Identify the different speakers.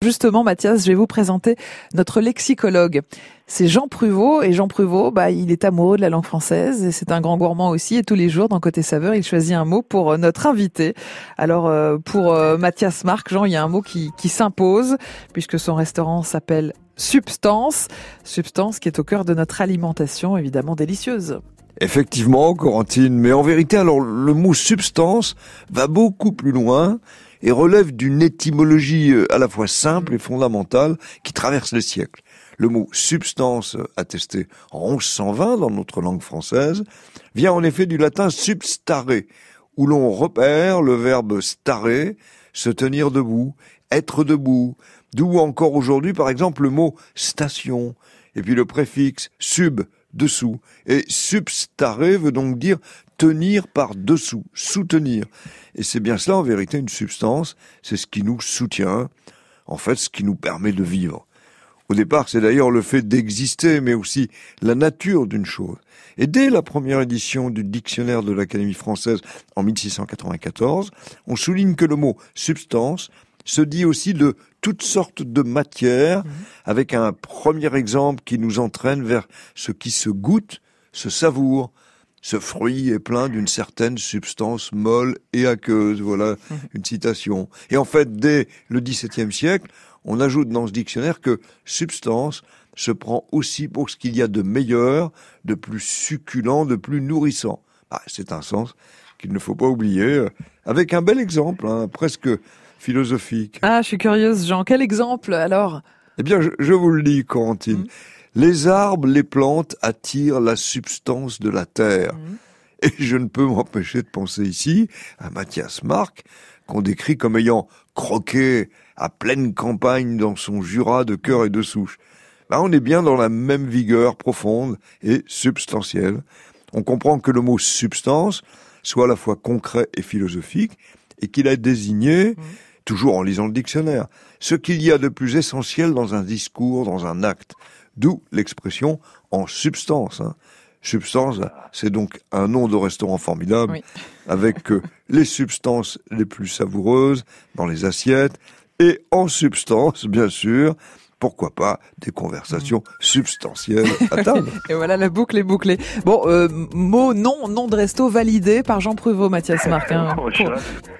Speaker 1: Justement, Mathias, je vais vous présenter notre lexicologue. C'est Jean Pruvot, et Jean Pruvot, il est amoureux de la langue française, et c'est un grand gourmand aussi, et tous les jours, dans Côté Saveur, il choisit un mot pour notre invité. Alors, pour Mathias Marc, Jean, il y a un mot qui s'impose, puisque son restaurant s'appelle Substance. Substance qui est au cœur de notre alimentation, évidemment délicieuse.
Speaker 2: Effectivement, Corentine, mais en vérité, alors, le mot substance va beaucoup plus loin et relève d'une étymologie à la fois simple et fondamentale qui traverse les siècles. Le mot substance, attesté en 1120 dans notre langue française, vient en effet du latin substare, où l'on repère le verbe stare, se tenir debout, être debout, d'où encore aujourd'hui, par exemple, le mot station, et puis le préfixe sub, dessous. Et substare veut donc dire tenir par dessous, soutenir. Et c'est bien cela en vérité une substance, c'est ce qui nous soutient, en fait ce qui nous permet de vivre. Au départ, c'est d'ailleurs le fait d'exister, mais aussi la nature d'une chose. Et dès la première édition du dictionnaire de l'Académie française en 1694, on souligne que le mot substance se dit aussi de toutes sortes de matières, avec un premier exemple qui nous entraîne vers ce qui se goûte, se savoure. Ce fruit est plein d'une certaine substance molle et aqueuse. Voilà une citation. Et en fait, dès le XVIIe siècle, on ajoute dans ce dictionnaire que substance se prend aussi pour ce qu'il y a de meilleur, de plus succulent, de plus nourrissant. C'est un sens qu'il ne faut pas oublier, avec un bel exemple, presque philosophique.
Speaker 1: Ah, je suis curieuse, Jean. Quel exemple, alors ?
Speaker 2: Eh bien, je vous le dis, Corentine. Les arbres, les plantes attirent la substance de la terre. Et je ne peux m'empêcher de penser ici à Mathias Marc, qu'on décrit comme ayant croqué à pleine campagne dans son Jura de cœur et de souche. On est bien dans la même vigueur profonde et substantielle. On comprend que le mot substance soit à la fois concret et philosophique, et qu'il a désigné, toujours en lisant le dictionnaire, ce qu'il y a de plus essentiel dans un discours, dans un acte. D'où l'expression en substance. Substance, c'est donc un nom de restaurant formidable, avec les substances les plus savoureuses dans les assiettes, et en substance, bien sûr, pourquoi pas des conversations substantielles à table.
Speaker 1: Et voilà, la boucle est bouclée. Bon, nom de resto validé par Jean Pruvot, Mathias Marc.